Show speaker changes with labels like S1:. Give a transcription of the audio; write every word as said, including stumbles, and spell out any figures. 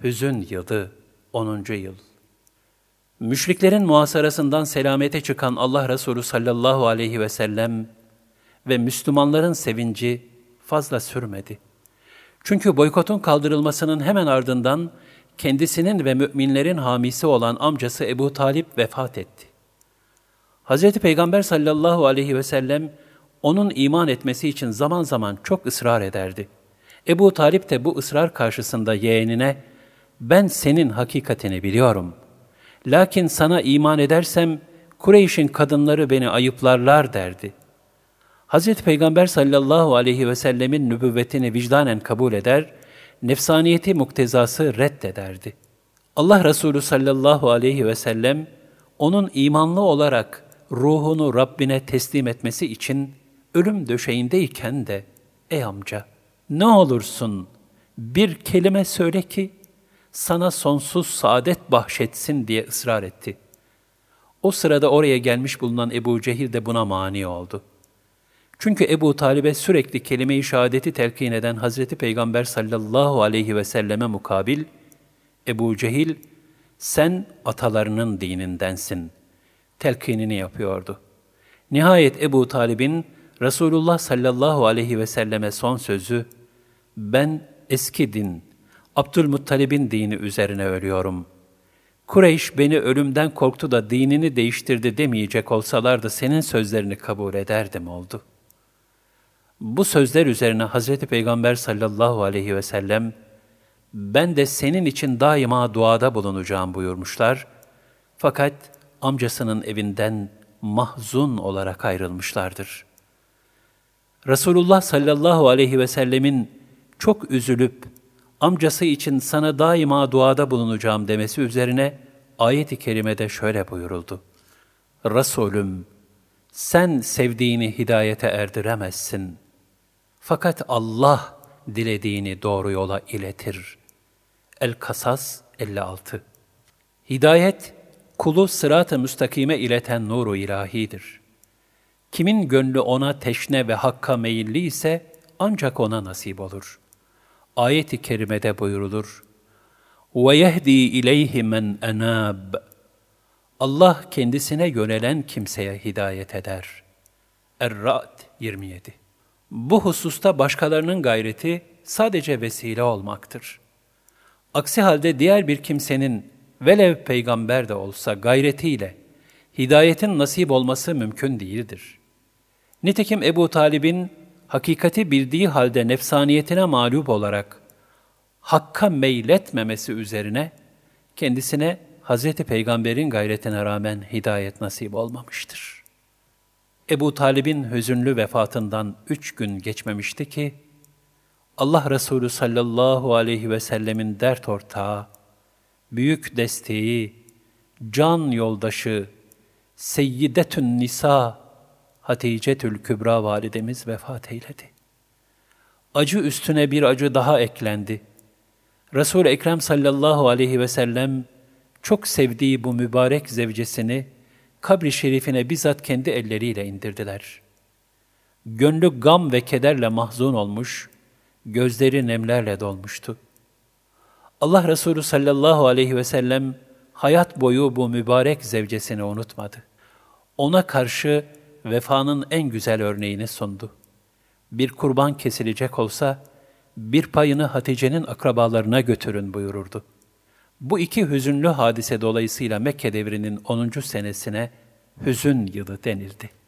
S1: Hüzün yılı, onuncu yıl. Müşriklerin muhasarasından selamete çıkan Allah Resulü sallallahu aleyhi ve sellem ve Müslümanların sevinci fazla sürmedi. Çünkü boykotun kaldırılmasının hemen ardından kendisinin ve müminlerin hamisi olan amcası Ebu Talip vefat etti. Hazreti Peygamber sallallahu aleyhi ve sellem onun iman etmesi için zaman zaman çok ısrar ederdi. Ebu Talip de bu ısrar karşısında yeğenine, "Ben senin hakikatini biliyorum. Lakin sana iman edersem Kureyş'in kadınları beni ayıplarlar" derdi. Hazreti Peygamber sallallahu aleyhi ve sellemin nübüvvetini vicdanen kabul eder, nefsaniyeti muktezası reddederdi. Allah Resulü sallallahu aleyhi ve sellem, onun imanlı olarak ruhunu Rabbine teslim etmesi için ölüm döşeğindeyken de, "Ey amca, ne olursun bir kelime söyle ki sana sonsuz saadet bahşetsin" diye ısrar etti. O sırada oraya gelmiş bulunan Ebu Cehil de buna mani oldu. Çünkü Ebu Talib'e sürekli kelime-i şehadeti telkin eden Hazreti Peygamber sallallahu aleyhi ve selleme mukabil, Ebu Cehil, "Sen atalarının dinindensin" telkinini yapıyordu. Nihayet Ebu Talib'in Resulullah sallallahu aleyhi ve selleme son sözü, "Ben eski din, Abdülmuttalib'in dini üzerine ölüyorum. Kureyş beni ölümden korktu da dinini değiştirdi" demeyecek olsalardı senin sözlerini kabul ederdim oldu. Bu sözler üzerine Hazreti Peygamber sallallahu aleyhi ve sellem, "Ben de senin için daima duada bulunacağım" buyurmuşlar. Fakat amcasının evinden mahzun olarak ayrılmışlardır. Resulullah sallallahu aleyhi ve sellemin çok üzülüp amcası için "Sana daima duada bulunacağım" demesi üzerine ayet-i kerimede şöyle buyuruldu: "Resulüm, sen sevdiğini hidayete erdiremezsin. Fakat Allah dilediğini doğru yola iletir." El-Kasas elli altı. Hidayet, kulu sırat-ı müstakime ileten nur-u ilahidir. Kimin gönlü ona teşne ve hakka meyilli ise ancak ona nasip olur. Ayet-i kerimede buyurulur: وَيَهْدِي اِلَيْهِ مَنْ اَنَابٍ. Allah kendisine yönelen kimseye hidayet eder. Er-Ra'd yirmi yedi. Bu hususta başkalarının gayreti sadece vesile olmaktır. Aksi halde diğer bir kimsenin velev peygamber de olsa gayretiyle hidayetin nasip olması mümkün değildir. Nitekim Ebu Talib'in hakikati bildiği halde nefsaniyetine mağlup olarak hakka meyletmemesi üzerine kendisine Hazreti Peygamber'in gayretine rağmen hidayet nasip olmamıştır. Ebu Talib'in hüzünlü vefatından üç gün geçmemişti ki, Allah Resulü sallallahu aleyhi ve sellemin dert ortağı, büyük desteği, can yoldaşı, Seyyidetün Nisa, Haticetül Kübra validemiz vefat eyledi. Acı üstüne bir acı daha eklendi. Resul-i Ekrem sallallahu aleyhi ve sellem çok sevdiği bu mübarek zevcesini kabri şerifine bizzat kendi elleriyle indirdiler. Gönlü gam ve kederle mahzun olmuş, gözleri nemlerle dolmuştu. Allah Resulü sallallahu aleyhi ve sellem hayat boyu bu mübarek zevcesini unutmadı. Ona karşı vefanın en güzel örneğini sundu. Bir kurban kesilecek olsa, bir payını Hatice'nin akrabalarına götürün buyururdu. Bu iki hüzünlü hadise dolayısıyla Mekke devrinin onuncu senesine hüzün yılı denildi.